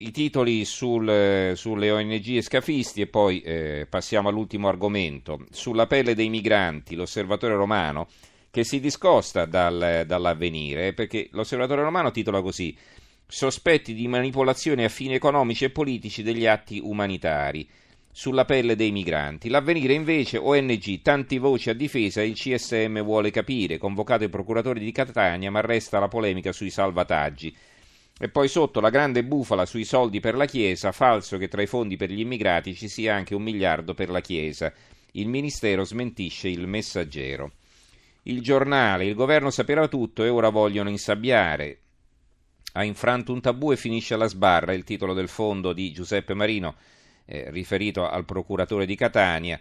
i titoli sulle ONG e scafisti e poi passiamo all'ultimo argomento. Sulla pelle dei migranti, l'Osservatore Romano, che si discosta dall'Avvenire, perché l'Osservatore Romano titola così: sospetti di manipolazione a fini economici e politici degli atti umanitari. Sulla pelle dei migranti. L'Avvenire invece, ONG, tanti voci a difesa, il CSM vuole capire, convocato il procuratore di Catania, ma resta la polemica sui salvataggi. E poi sotto la grande bufala sui soldi per la Chiesa, falso che tra i fondi per gli immigrati ci sia anche 1 miliardo per la Chiesa. Il Ministero smentisce il Messaggero. Il Giornale, il governo sapeva tutto e ora vogliono insabbiare. Ha infranto un tabù e finisce alla sbarra, il titolo del fondo di Giuseppe Marino, riferito al procuratore di Catania,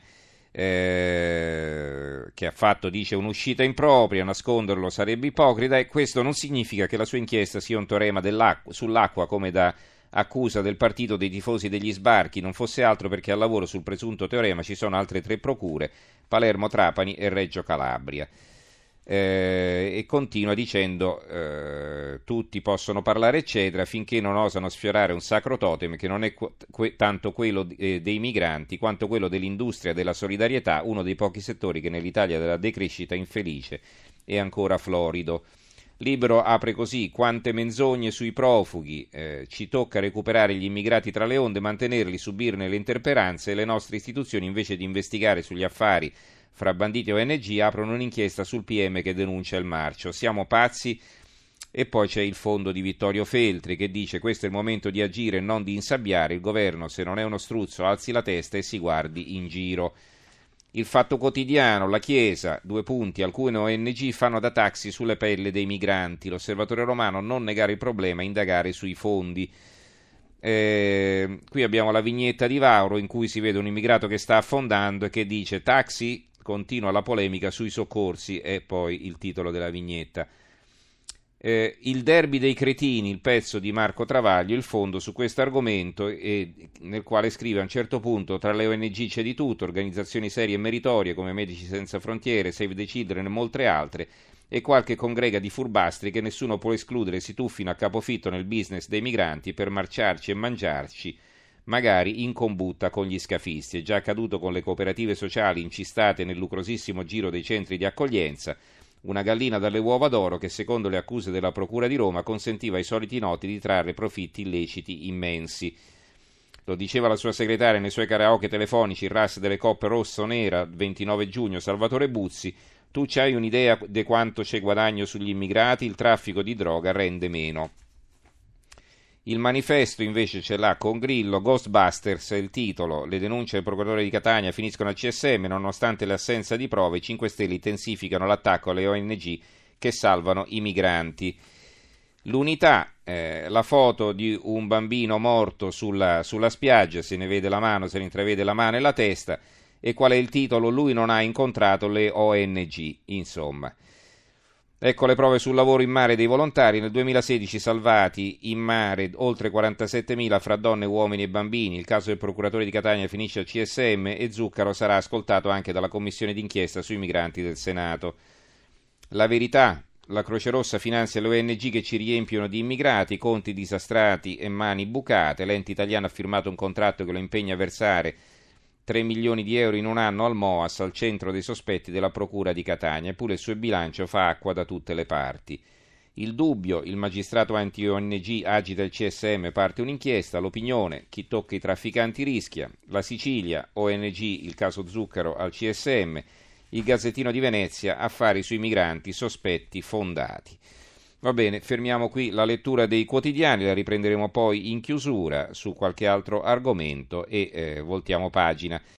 che ha fatto, dice, un'uscita impropria, nasconderlo sarebbe ipocrita e questo non significa che la sua inchiesta sia un teorema sull'acqua come da accusa del partito dei tifosi degli sbarchi, non fosse altro perché al lavoro sul presunto teorema ci sono altre 3 procure, Palermo, Trapani e Reggio Calabria. E continua dicendo tutti possono parlare eccetera finché non osano sfiorare un sacro totem che non è tanto quello dei migranti quanto quello dell'industria della solidarietà, uno dei pochi settori che nell'Italia della decrescita infelice è ancora florido. Libero apre così: quante menzogne sui profughi, ci tocca recuperare gli immigrati tra le onde, mantenerli, subirne le interperanze e le nostre istituzioni invece di investigare sugli affari fra banditi e ONG aprono un'inchiesta sul PM che denuncia il marcio. Siamo pazzi? E poi c'è il fondo di Vittorio Feltri che dice: questo è il momento di agire e non di insabbiare, il governo se non è uno struzzo alzi la testa e si guardi in giro. Il Fatto Quotidiano, la Chiesa, 2 punti, alcune ONG fanno da taxi sulle pelle dei migranti, l'Osservatore Romano, non negare il problema, indagare sui fondi. Qui abbiamo la vignetta di Vauro in cui si vede un immigrato che sta affondando e che dice taxi, continua la polemica sui soccorsi e poi il titolo della vignetta. Il derby dei cretini, il pezzo di Marco Travaglio, il fondo su questo argomento, nel quale scrive a un certo punto: tra le ONG c'è di tutto, organizzazioni serie e meritorie come Medici Senza Frontiere, Save the Children e molte altre, e qualche congrega di furbastri che nessuno può escludere si tuffino a capofitto nel business dei migranti per marciarci e mangiarci, magari in combutta con gli scafisti. È già accaduto con le cooperative sociali incistate nel lucrosissimo giro dei centri di accoglienza, una gallina dalle uova d'oro che, secondo le accuse della Procura di Roma, consentiva ai soliti noti di trarre profitti illeciti immensi. Lo diceva la sua segretaria nei suoi karaoke telefonici, il RAS delle coppe rosso-nera, 29 giugno, Salvatore Buzzi: tu c'hai un'idea di quanto c'è guadagno sugli immigrati? Il traffico di droga rende meno. Il Manifesto invece ce l'ha con Grillo, Ghostbusters è il titolo, le denunce del procuratore di Catania finiscono al CSM, nonostante l'assenza di prove, i 5 Stelle intensificano l'attacco alle ONG che salvano i migranti. L'Unità, la foto di un bambino morto sulla spiaggia, se ne vede la mano, se ne intravede la mano e la testa, e qual è il titolo? Lui non ha incontrato le ONG, insomma. Ecco le prove sul lavoro in mare dei volontari. Nel 2016 salvati in mare oltre 47.000 fra donne, uomini e bambini. Il caso del procuratore di Catania finisce al CSM e Zuccaro sarà ascoltato anche dalla commissione d'inchiesta sui migranti del Senato. La Verità, la Croce Rossa finanzia le ONG che ci riempiono di immigrati, conti disastrati e mani bucate. L'ente italiano ha firmato un contratto che lo impegna a versare 3 milioni di euro in un anno al MOAS, al centro dei sospetti della Procura di Catania, eppure il suo bilancio fa acqua da tutte le parti. Il Dubbio, il magistrato anti-ONG agita il CSM, parte un'inchiesta. L'Opinione, chi tocca i trafficanti rischia. La Sicilia, ONG, il caso Zuccaro al CSM. Il Gazzettino di Venezia, affari sui migranti, sospetti fondati. Va bene, fermiamo qui la lettura dei quotidiani, la riprenderemo poi in chiusura su qualche altro argomento e voltiamo pagina.